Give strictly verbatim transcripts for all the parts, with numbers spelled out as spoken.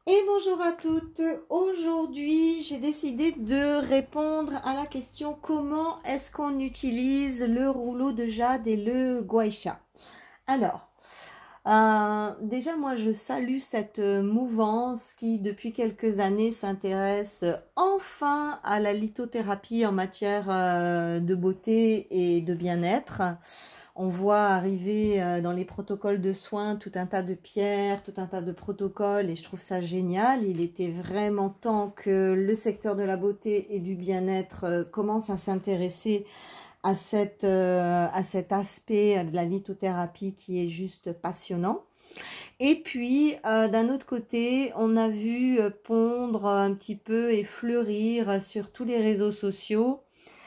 Et bonjour à toutes. Aujourd'hui, j'ai décidé de répondre à la question comment est-ce qu'on utilise le rouleau de jade et le gua sha. Alors, euh, déjà moi je salue cette mouvance qui depuis quelques années s'intéresse enfin à la lithothérapie en matière euh, de beauté et de bien-être. On voit arriver euh, dans les protocoles de soins tout un tas de pierres, tout un tas de protocoles et je trouve ça génial. Il était vraiment temps que le secteur de la beauté et du bien-être euh, commence à s'intéresser à, cette, euh, à cet aspect de la lithothérapie qui est juste passionnant. Et puis, euh, d'un autre côté, on a vu pondre un petit peu et fleurir sur tous les réseaux sociaux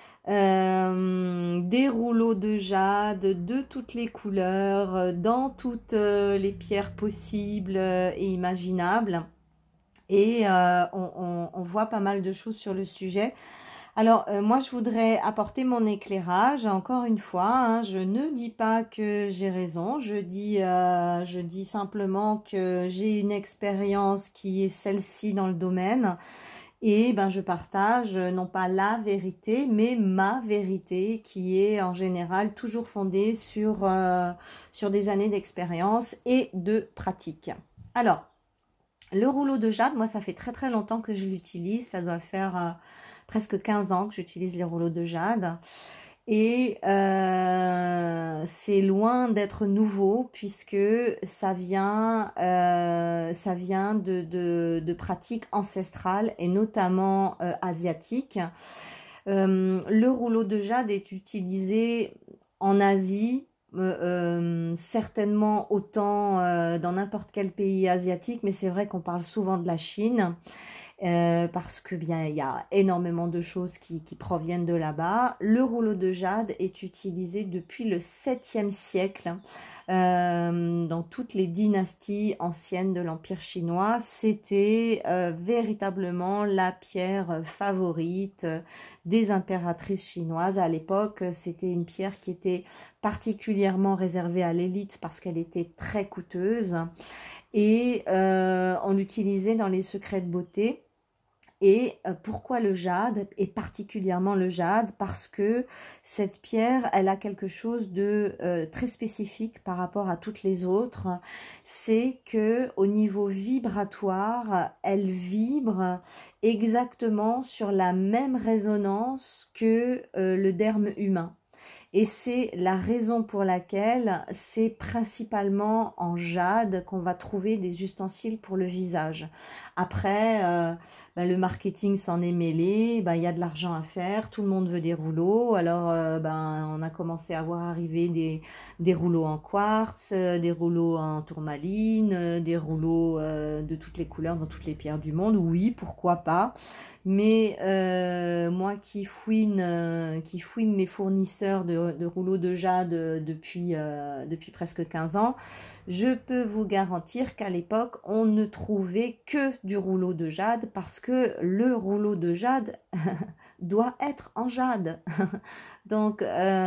euh, des rouleaux de jade de toutes les couleurs, dans toutes les pierres possibles et imaginables. Et euh, on, on, on voit pas mal de choses sur le sujet. Alors, euh, moi, je voudrais apporter mon éclairage. Encore une fois, hein, je ne dis pas que j'ai raison. Je dis, euh, je dis simplement que j'ai une expérience qui est celle-ci dans le domaine. Et ben, je partage non pas la vérité, mais ma vérité qui est en général toujours fondée sur, euh, sur des années d'expérience et de pratique. Alors, le rouleau de jade, moi, ça fait très très longtemps que je l'utilise. Ça doit faire euh, presque quinze ans que j'utilise les rouleaux de jade. Et euh, c'est loin d'être nouveau puisque ça vient, euh, ça vient de, de, de pratiques ancestrales et notamment euh, asiatiques. Euh, le rouleau de jade est utilisé en Asie, euh, euh, certainement autant euh, dans n'importe quel pays asiatique, mais c'est vrai qu'on parle souvent de la Chine. Euh, parce que bien il y a énormément de choses qui, qui proviennent de là-bas. Le rouleau de jade est utilisé depuis le septième siècle euh, dans toutes les dynasties anciennes de l'Empire chinois. C'était euh, véritablement la pierre favorite des impératrices chinoises. À l'époque, c'était une pierre qui était particulièrement réservée à l'élite parce qu'elle était très coûteuse et euh, on l'utilisait dans les secrets de beauté. Et pourquoi le jade, et particulièrement le jade? Parce que cette pierre, elle a quelque chose de euh, très spécifique par rapport à toutes les autres. C'est que au niveau vibratoire, elle vibre exactement sur la même résonance que euh, le derme humain. Et c'est la raison pour laquelle c'est principalement en jade qu'on va trouver des ustensiles pour le visage. Après, euh, ben, le marketing s'en est mêlé, ben, il y a de l'argent à faire, tout le monde veut des rouleaux. Alors, euh, ben, on a commencé à voir arriver des, des rouleaux en quartz, euh, des rouleaux en tourmaline, euh, des rouleaux euh, de toutes les couleurs, dans toutes les pierres du monde. Oui, pourquoi pas. Mais euh, moi qui fouine, euh, qui fouine mes fournisseurs de, de rouleaux de jade depuis, euh, depuis presque quinze ans, je peux vous garantir qu'à l'époque, on ne trouvait que du rouleau de jade parce que le rouleau de jade doit être en jade. Donc,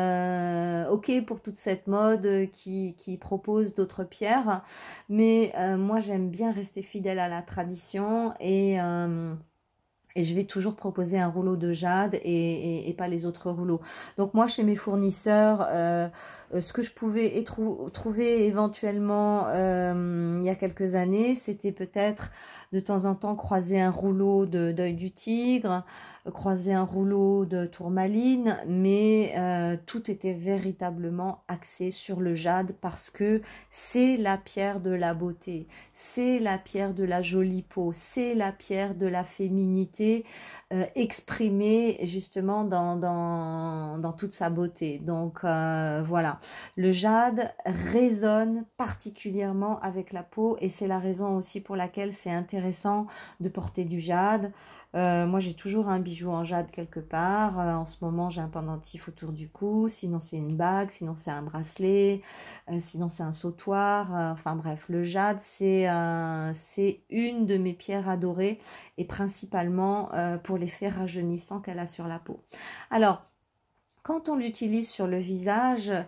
euh, ok pour toute cette mode qui, qui propose d'autres pierres, mais euh, moi j'aime bien rester fidèle à la tradition et... Euh, Et je vais toujours proposer un rouleau de jade et, et, et pas les autres rouleaux. Donc moi, chez mes fournisseurs, euh, ce que je pouvais trou trouver éventuellement euh, il y a quelques années, c'était peut-être de temps en temps croiser un rouleau d'œil du tigre, croiser un rouleau de tourmaline, mais euh, tout était véritablement axé sur le jade parce que c'est la pierre de la beauté, c'est la pierre de la jolie peau, c'est la pierre de la féminité euh, exprimée justement dans, dans, dans toute sa beauté. Donc euh, voilà, le jade résonne particulièrement avec la peau et c'est la raison aussi pour laquelle c'est intéressant de porter du jade. Euh, moi, j'ai toujours un bijou en jade quelque part. Euh, en ce moment, j'ai un pendentif autour du cou. Sinon, c'est une bague. Sinon, c'est un bracelet. Euh, sinon, c'est un sautoir. Euh, enfin bref, le jade, c'est euh, c'est une de mes pierres adorées et principalement euh, pour l'effet rajeunissant qu'elle a sur la peau. Alors, quand on l'utilise sur le visage,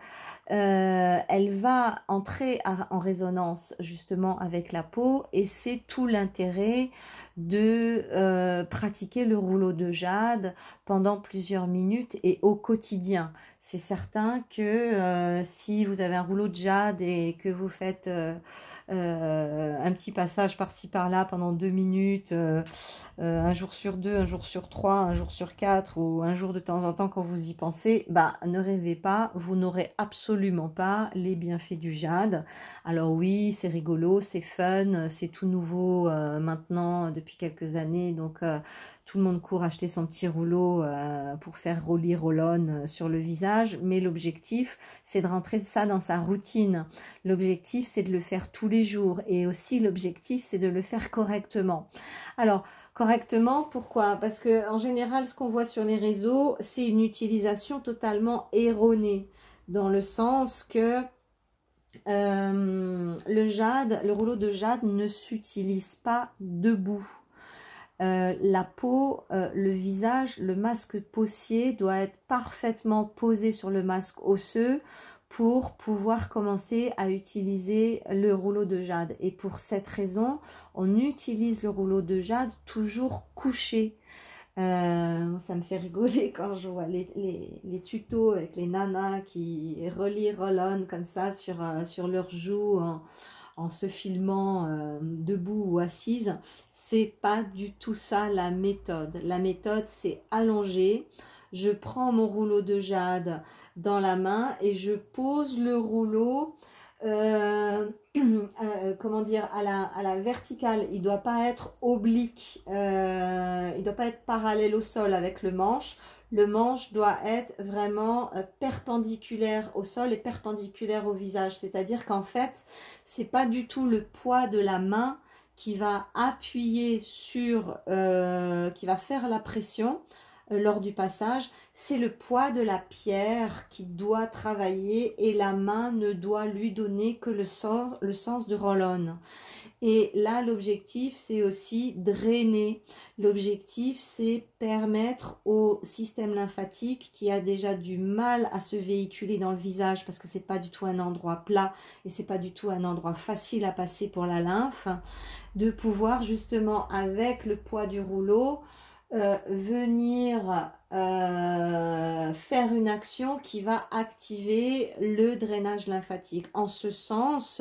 euh, elle va entrer à- en résonance justement avec la peau et c'est tout l'intérêt de euh, pratiquer le rouleau de jade pendant plusieurs minutes et au quotidien. C'est certain que euh, si vous avez un rouleau de jade et que vous faites euh, euh, un petit passage par-ci par-là pendant deux minutes, euh, euh, un jour sur deux, un jour sur trois, un jour sur quatre ou un jour de temps en temps quand vous y pensez, bah ne rêvez pas, vous n'aurez absolument pas les bienfaits du jade. Alors oui, c'est rigolo, c'est fun, c'est tout nouveau euh, maintenant depuis quelques années, donc euh, tout le monde court acheter son petit rouleau euh, pour faire roller roll-on sur le visage, mais l'objectif c'est de rentrer ça dans sa routine. L'objectif c'est de le faire tous les jours et aussi l'objectif c'est de le faire correctement. Alors correctement, pourquoi? Parce que en général, ce qu'on voit sur les réseaux, c'est une utilisation totalement erronée, dans le sens que euh, le jade, le rouleau de jade ne s'utilise pas debout. Euh, la peau, euh, le visage, le masque possier doit être parfaitement posé sur le masque osseux pour pouvoir commencer à utiliser le rouleau de jade. Et pour cette raison, on utilise le rouleau de jade toujours couché. Euh, ça me fait rigoler quand je vois les, les, les tutos avec les nanas qui relient roll-on comme ça sur, euh, sur leurs joues en, en se filmant euh, debout ou assise. C'est pas du tout ça la méthode. La méthode, c'est allonger. Je prends mon rouleau de jade dans la main et je pose le rouleau euh, euh, comment dire, à la, à la verticale. Il doit pas être oblique, euh, il doit pas être parallèle au sol avec le manche. Le manche doit être vraiment euh, perpendiculaire au sol et perpendiculaire au visage. C'est-à-dire qu'en fait, c'est pas du tout le poids de la main qui va appuyer sur, euh, qui va faire la pression euh, lors du passage. C'est le poids de la pierre qui doit travailler et la main ne doit lui donner que le sens, le sens du roll-on. Et là, l'objectif, c'est aussi drainer. L'objectif, c'est permettre au système lymphatique qui a déjà du mal à se véhiculer dans le visage parce que c'est pas du tout un endroit plat et c'est pas du tout un endroit facile à passer pour la lymphe, de pouvoir justement, avec le poids du rouleau, Euh, venir euh, faire une action qui va activer le drainage lymphatique. En ce sens,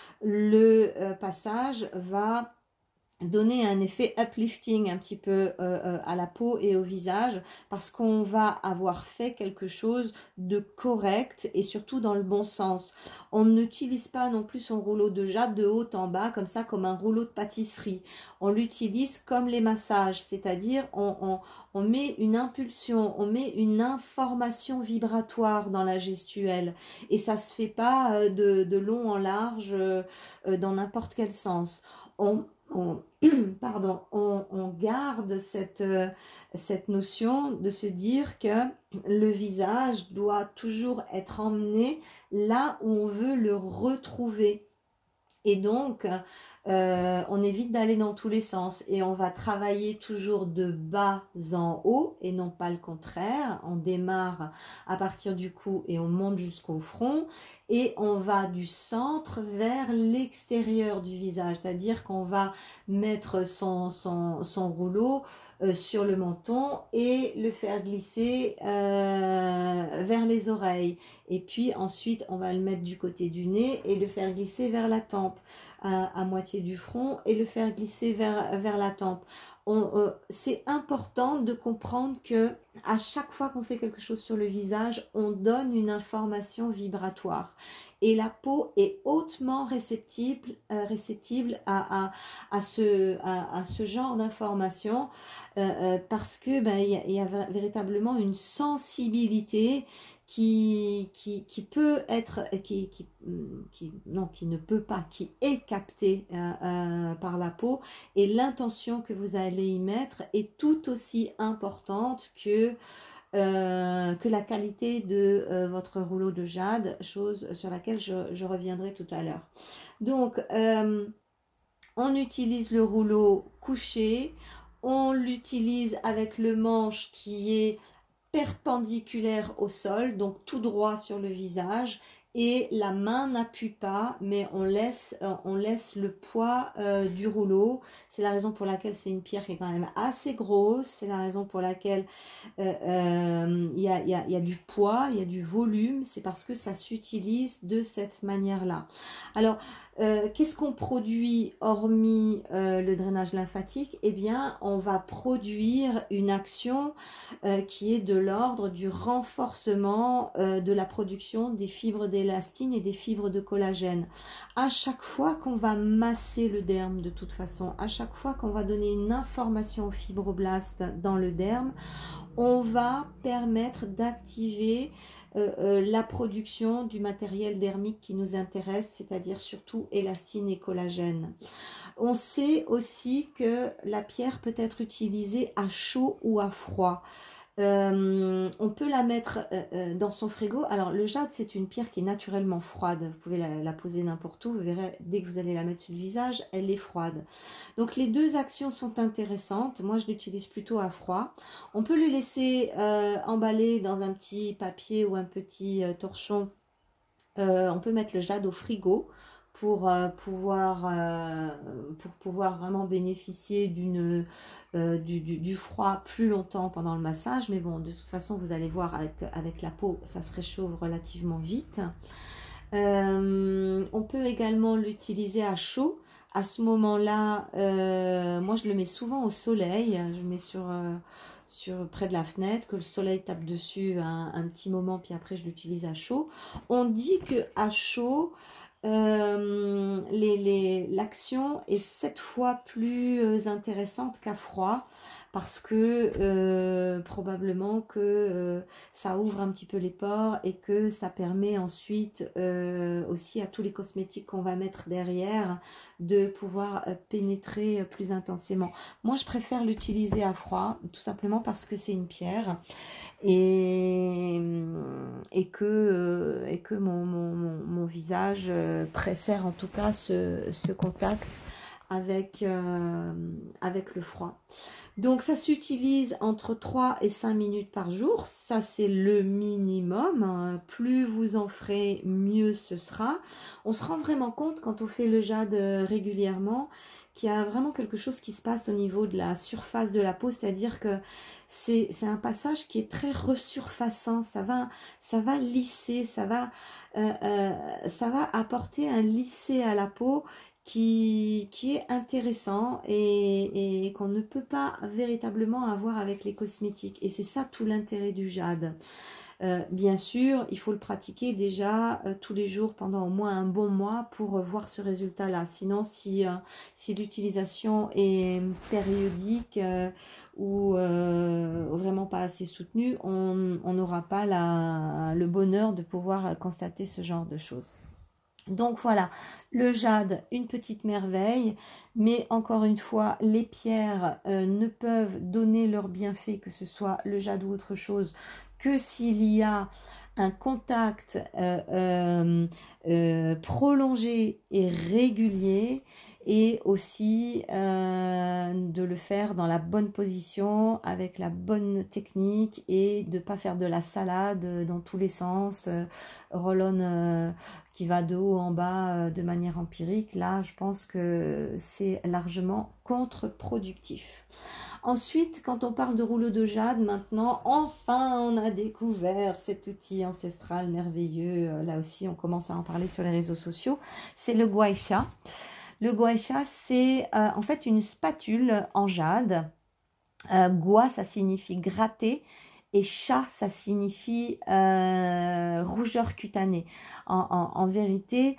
le euh, passage va donner un effet uplifting un petit peu euh, euh, à la peau et au visage parce qu'on va avoir fait quelque chose de correct et surtout dans le bon sens. On n'utilise pas non plus son rouleau de jade de haut en bas comme ça, comme un rouleau de pâtisserie. On l'utilise comme les massages, c'est-à-dire on, on, on met une impulsion, on met une information vibratoire dans la gestuelle et ça se fait pas euh, de, de long en large euh, euh, dans n'importe quel sens. On, on, pardon, on, on garde cette, euh, cette notion de se dire que le visage doit toujours être emmené là où on veut le retrouver. Et donc, euh, on évite d'aller dans tous les sens et on va travailler toujours de bas en haut et non pas le contraire. On démarre à partir du cou et on monte jusqu'au front et on va du centre vers l'extérieur du visage. C'est-à-dire qu'on va mettre son, son, son rouleau euh, sur le menton et le faire glisser euh, vers les oreilles. Et puis ensuite, on va le mettre du côté du nez et le faire glisser vers la tempe, à, à moitié du front et le faire glisser vers, vers la tempe. Euh, c'est important de comprendre que à chaque fois qu'on fait quelque chose sur le visage, on donne une information vibratoire. Et la peau est hautement réceptible, euh, réceptible à, à, à, ce, à, à ce genre d'informations euh, euh, parce que ben, y a, y a véritablement une sensibilité qui, qui, qui peut être, qui, qui, qui, non, qui ne peut pas, qui est captée euh, euh, par la peau et l'intention que vous allez y mettre est tout aussi importante que Euh, que la qualité de euh, votre rouleau de jade, chose sur laquelle je, je reviendrai tout à l'heure. Donc, euh, on utilise le rouleau couché, on l'utilise avec le manche qui est perpendiculaire au sol, donc tout droit sur le visage, et la main n'appuie pas, mais on laisse, euh, on laisse le poids euh, du rouleau. C'est la raison pour laquelle c'est une pierre qui est quand même assez grosse. C'est la raison pour laquelle il euh, euh, y, a, y, a, y a du poids, il y a du volume. C'est parce que ça s'utilise de cette manière-là. Alors, euh, qu'est-ce qu'on produit hormis euh, le drainage lymphatique? Eh bien, on va produire une action euh, qui est de l'ordre du renforcement euh, de la production des fibres d'élastine et des fibres de collagène. À chaque fois qu'on va masser le derme, de toute façon, à chaque fois qu'on va donner une information aux fibroblastes dans le derme, on va permettre d'activer Euh, euh, la production du matériel dermique qui nous intéresse, c'est-à-dire surtout élastine et collagène. On sait aussi que la pierre peut être utilisée à chaud ou à froid. Euh, on peut la mettre euh, euh, dans son frigo. Alors le jade, c'est une pierre qui est naturellement froide. Vous pouvez la, la poser n'importe où. Vous verrez, dès que vous allez la mettre sur le visage, elle est froide. Donc les deux actions sont intéressantes. Moi, je l'utilise plutôt à froid. On peut le laisser euh, emballer dans un petit papier ou un petit euh, torchon. Euh, on peut mettre le jade au frigo pour euh, pouvoir euh, pour pouvoir vraiment bénéficier d'une euh, du, du, du froid plus longtemps pendant le massage. Mais bon, de toute façon, vous allez voir avec, avec la peau, ça se réchauffe relativement vite. Euh, on peut également l'utiliser à chaud. À ce moment-là, euh, moi je le mets souvent au soleil. Je le mets sur, euh, sur près de la fenêtre, que le soleil tape dessus un, un petit moment, puis après je l'utilise à chaud. On dit que à chaud, euh, les, les, l'action est sept fois plus intéressante qu'à froid, parce que euh, probablement que euh, ça ouvre un petit peu les pores et que ça permet ensuite euh, aussi à tous les cosmétiques qu'on va mettre derrière de pouvoir euh, pénétrer plus intensément. Moi, je préfère l'utiliser à froid, tout simplement parce que c'est une pierre et, et que, euh, et que mon, mon, mon, mon visage préfère en tout cas ce, ce contact avec, euh, avec le froid. Donc ça s'utilise entre trois et cinq minutes par jour, ça c'est le minimum, plus vous en ferez, mieux ce sera. On se rend vraiment compte quand on fait le jade régulièrement qu'il y a vraiment quelque chose qui se passe au niveau de la surface de la peau, c'est-à-dire que c'est un passage qui est très resurfaçant, ça va, ça va lisser, ça va, euh, euh, ça va apporter un lissé à la peau Qui, qui est intéressant et, et qu'on ne peut pas véritablement avoir avec les cosmétiques. Et c'est ça tout l'intérêt du jade. Euh, bien sûr, il faut le pratiquer déjà euh, tous les jours pendant au moins un bon mois pour euh, voir ce résultat-là. Sinon, si, euh, si l'utilisation est périodique euh, ou euh, vraiment pas assez soutenue, on n'aura pas la, le bonheur de pouvoir constater ce genre de choses. Donc voilà, le jade, une petite merveille, mais encore une fois, les pierres euh, ne peuvent donner leur bienfait, que ce soit le jade ou autre chose, que s'il y a un contact euh, euh, euh, prolongé et régulier, et aussi euh, de le faire dans la bonne position, avec la bonne technique, et de ne pas faire de la salade dans tous les sens, euh, roll-on euh, qui va de haut en bas euh, de manière empirique. Là, je pense que c'est largement contre-productif. Ensuite, quand on parle de rouleau de jade, maintenant, enfin, on a découvert cet outil ancestral merveilleux. Là aussi, on commence à en parler sur les réseaux sociaux. C'est le gua sha. Le gua sha, c'est euh, en fait une spatule en jade. Euh, gua, ça signifie gratter. Et sha, ça signifie euh, rougeur cutanée. En, en, en vérité,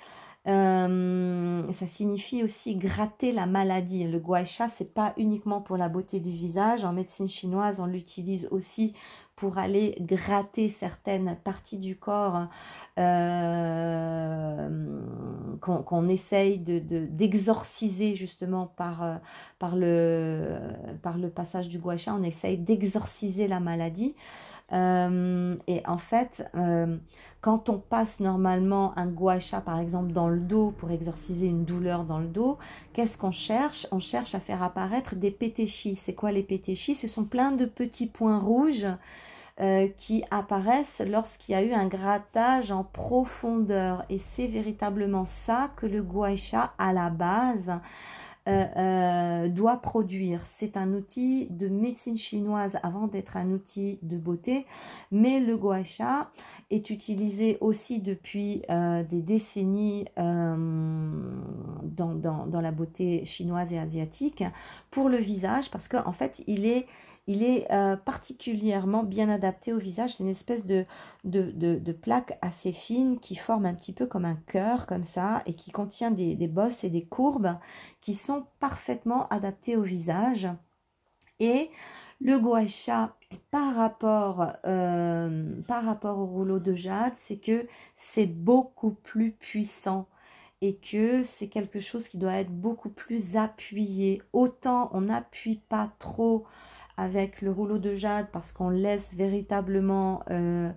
euh, ça signifie aussi gratter la maladie. Le gua sha, c'est pas uniquement pour la beauté du visage. En médecine chinoise, on l'utilise aussi pour aller gratter certaines parties du corps euh, qu'on qu'on essaye de, de, d'exorciser justement par, par, le, par le passage du gua sha. On essaye d'exorciser la maladie. Euh, et en fait, euh, quand on passe normalement un gua sha par exemple dans le dos pour exorciser une douleur dans le dos, qu'est-ce qu'on cherche? On cherche à faire apparaître des pétéchis. C'est quoi les pétéchis? Ce sont plein de petits points rouges euh, qui apparaissent lorsqu'il y a eu un grattage en profondeur. Et c'est véritablement ça que le gua sha à la base Euh, euh, doit produire. C'est un outil de médecine chinoise avant d'être un outil de beauté, mais le gua sha est utilisé aussi depuis euh, des décennies euh, dans, dans, dans la beauté chinoise et asiatique pour le visage, parce qu'en fait il est il est euh, particulièrement bien adapté au visage. C'est une espèce de, de, de, de plaque assez fine qui forme un petit peu comme un cœur, comme ça, et qui contient des, des bosses et des courbes qui sont parfaitement adaptées au visage. Et le gua sha, par rapport, euh, par rapport au rouleau de jade, c'est que c'est beaucoup plus puissant et que c'est quelque chose qui doit être beaucoup plus appuyé. Autant on n'appuie pas trop avec le rouleau de jade parce qu'on laisse véritablement euh,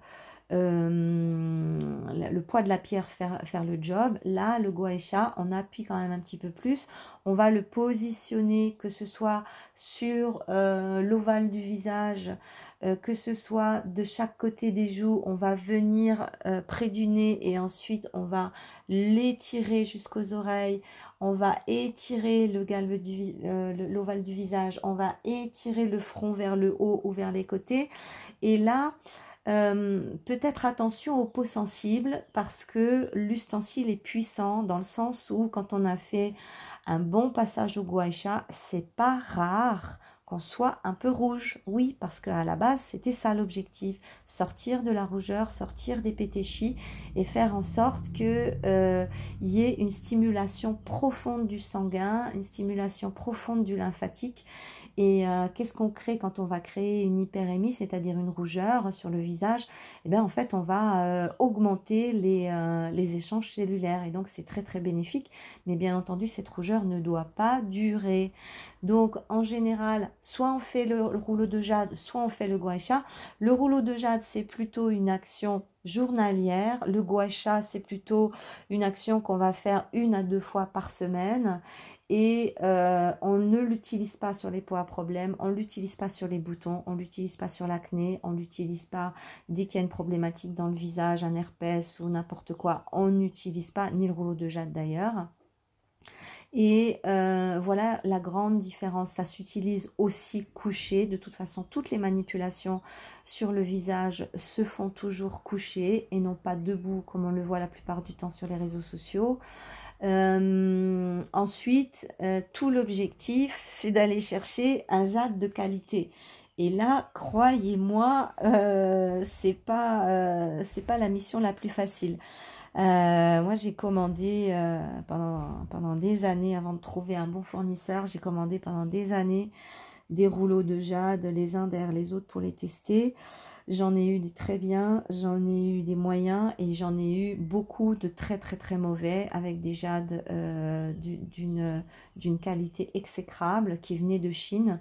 euh, le poids de la pierre faire, faire le job. Là, le gua sha, on appuie quand même un petit peu plus. On va le positionner, que ce soit sur euh, l'ovale du visage, euh, que ce soit de chaque côté des joues. On va venir euh, près du nez et ensuite on va l'étirer jusqu'aux oreilles. On va étirer le galbe du euh, l'ovale du visage. On va étirer le front vers le haut ou vers les côtés. Et là, Euh, peut-être attention aux peaux sensibles parce que l'ustensile est puissant dans le sens où quand on a fait un bon passage au gua sha, c'est pas rare qu'on soit un peu rouge. Oui, parce qu'à la base, c'était ça l'objectif. Sortir de la rougeur, sortir des pétéchis et faire en sorte qu'il euh, y ait une stimulation profonde du sanguin, une stimulation profonde du lymphatique. Et euh, qu'est-ce qu'on crée quand on va créer une hyperémie, c'est-à-dire une rougeur sur le visage? Eh bien, en fait, on va euh, augmenter les, euh, les échanges cellulaires. Et donc, c'est très, très bénéfique. Mais bien entendu, cette rougeur ne doit pas durer. Donc, en général, soit on fait le, le rouleau de jade, soit on fait le gua sha. Le rouleau de jade, c'est plutôt une action journalière. Le gua sha, c'est plutôt une action qu'on va faire une à deux fois par semaine. Et euh, on ne l'utilise pas sur les peaux à problème, on ne l'utilise pas sur les boutons, on ne l'utilise pas sur l'acné, on ne l'utilise pas dès qu'il y a une problématique dans le visage, un herpès ou n'importe quoi. On n'utilise pas, ni le rouleau de jade d'ailleurs. Et euh, voilà la grande différence. Ça s'utilise aussi couché. De toute façon, toutes les manipulations sur le visage se font toujours couché et non pas debout comme on le voit la plupart du temps sur les réseaux sociaux. Euh, ensuite, euh, tout l'objectif, c'est d'aller chercher un jade de qualité. Et là, croyez-moi, euh, c'est pas, euh, c'est pas la mission la plus facile. Euh, moi, j'ai commandé euh, pendant, pendant des années, avant de trouver un bon fournisseur, j'ai commandé pendant des années des rouleaux de jade, les uns derrière les autres pour les tester. J'en ai eu des très bien, j'en ai eu des moyens et j'en ai eu beaucoup de très très très mauvais avec des jades euh, d'une d'une qualité exécrable qui venaient de Chine.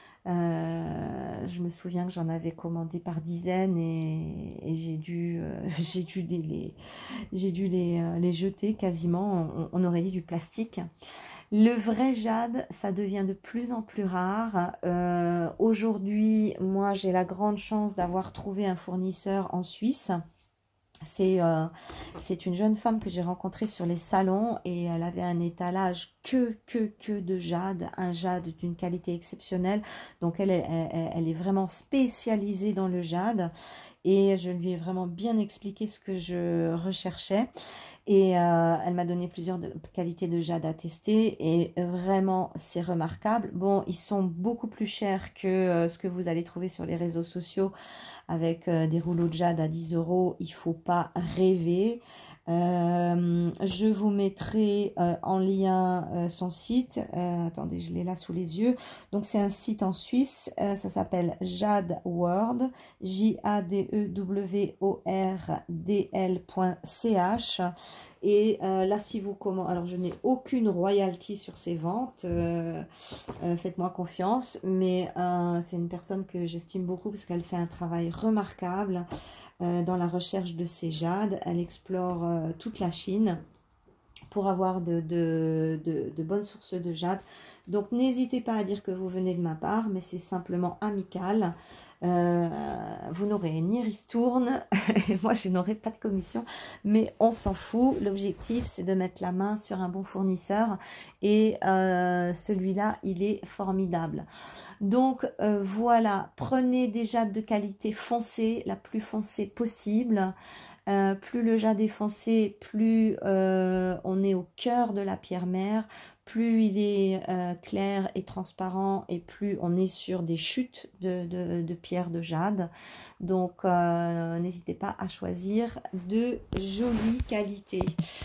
Euh, je me souviens que j'en avais commandé par dizaines et, et j'ai dû, euh, j'ai dû les, les, j'ai dû les, euh, les jeter quasiment, on, on aurait dit du plastique. Le vrai jade, ça devient de plus en plus rare. Euh, aujourd'hui, moi, j'ai la grande chance d'avoir trouvé un fournisseur en Suisse. C'est euh, c'est une jeune femme que j'ai rencontrée sur les salons et elle avait un étalage que, que, que de jade, un jade d'une qualité exceptionnelle. Donc, elle, elle, elle est vraiment spécialisée dans le jade et je lui ai vraiment bien expliqué ce que je recherchais. Et euh, elle m'a donné plusieurs de, qualités de jade à tester et vraiment c'est remarquable. Bon, ils sont beaucoup plus chers que euh, ce que vous allez trouver sur les réseaux sociaux avec euh, des rouleaux de jade à dix euros. Il ne faut pas rêver. Euh, je vous mettrai euh, en lien euh, son site. Euh, attendez, je l'ai là sous les yeux. Donc, c'est un site en Suisse. Euh, ça s'appelle Jade World. J A D E W O R D L point C H. Et euh, là, si vous commandez... Alors, je n'ai aucune royalty sur ces ventes. Euh, euh, Faites-moi confiance. Mais euh, c'est une personne que j'estime beaucoup parce qu'elle fait un travail remarquable euh, dans la recherche de ces jades. Elle explore euh, toute la Chine pour avoir de, de, de, de bonnes sources de jade. Donc, n'hésitez pas à dire que vous venez de ma part, mais c'est simplement amical. Euh, vous n'aurez ni ristourne, et moi je n'aurai pas de commission, mais on s'en fout. L'objectif c'est de mettre la main sur un bon fournisseur et euh, celui-là il est formidable. Donc euh, voilà, prenez des jades de qualité foncée, la plus foncée possible. Euh, plus le jade est foncé, plus euh, on est au cœur de la pierre mère, plus il est euh, clair et transparent et plus on est sur des chutes de, de, de pierre de jade. Donc euh, n'hésitez pas à choisir de jolies qualités.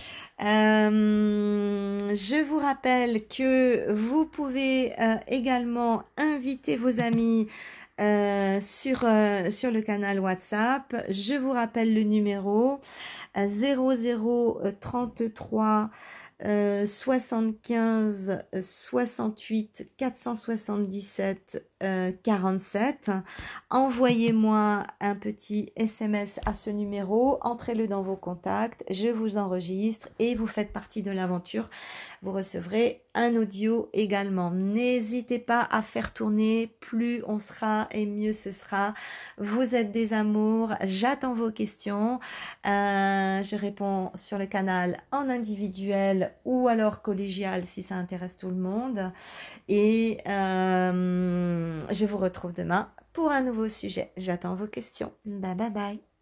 Euh, je vous rappelle que vous pouvez euh, également inviter vos amis euh, sur, euh, sur le canal WhatsApp. Je vous rappelle le numéro euh, zéro zéro trente-trois euh, soixante-quinze soixante-huit quatre cent soixante-dix-sept euh, quarante-sept. Envoyez-moi un petit S M S à ce numéro, entrez-le dans vos contacts, je vous enregistre et vous faites partie de l'aventure. Vous recevrez un audio également. N'hésitez pas à faire tourner, plus on sera et mieux ce sera. Vous êtes des amours, j'attends vos questions. Euh, je réponds sur le canal en individuel ou alors collégial si ça intéresse tout le monde. Et euh, je vous retrouve demain pour un nouveau sujet. J'attends vos questions. Bye bye bye.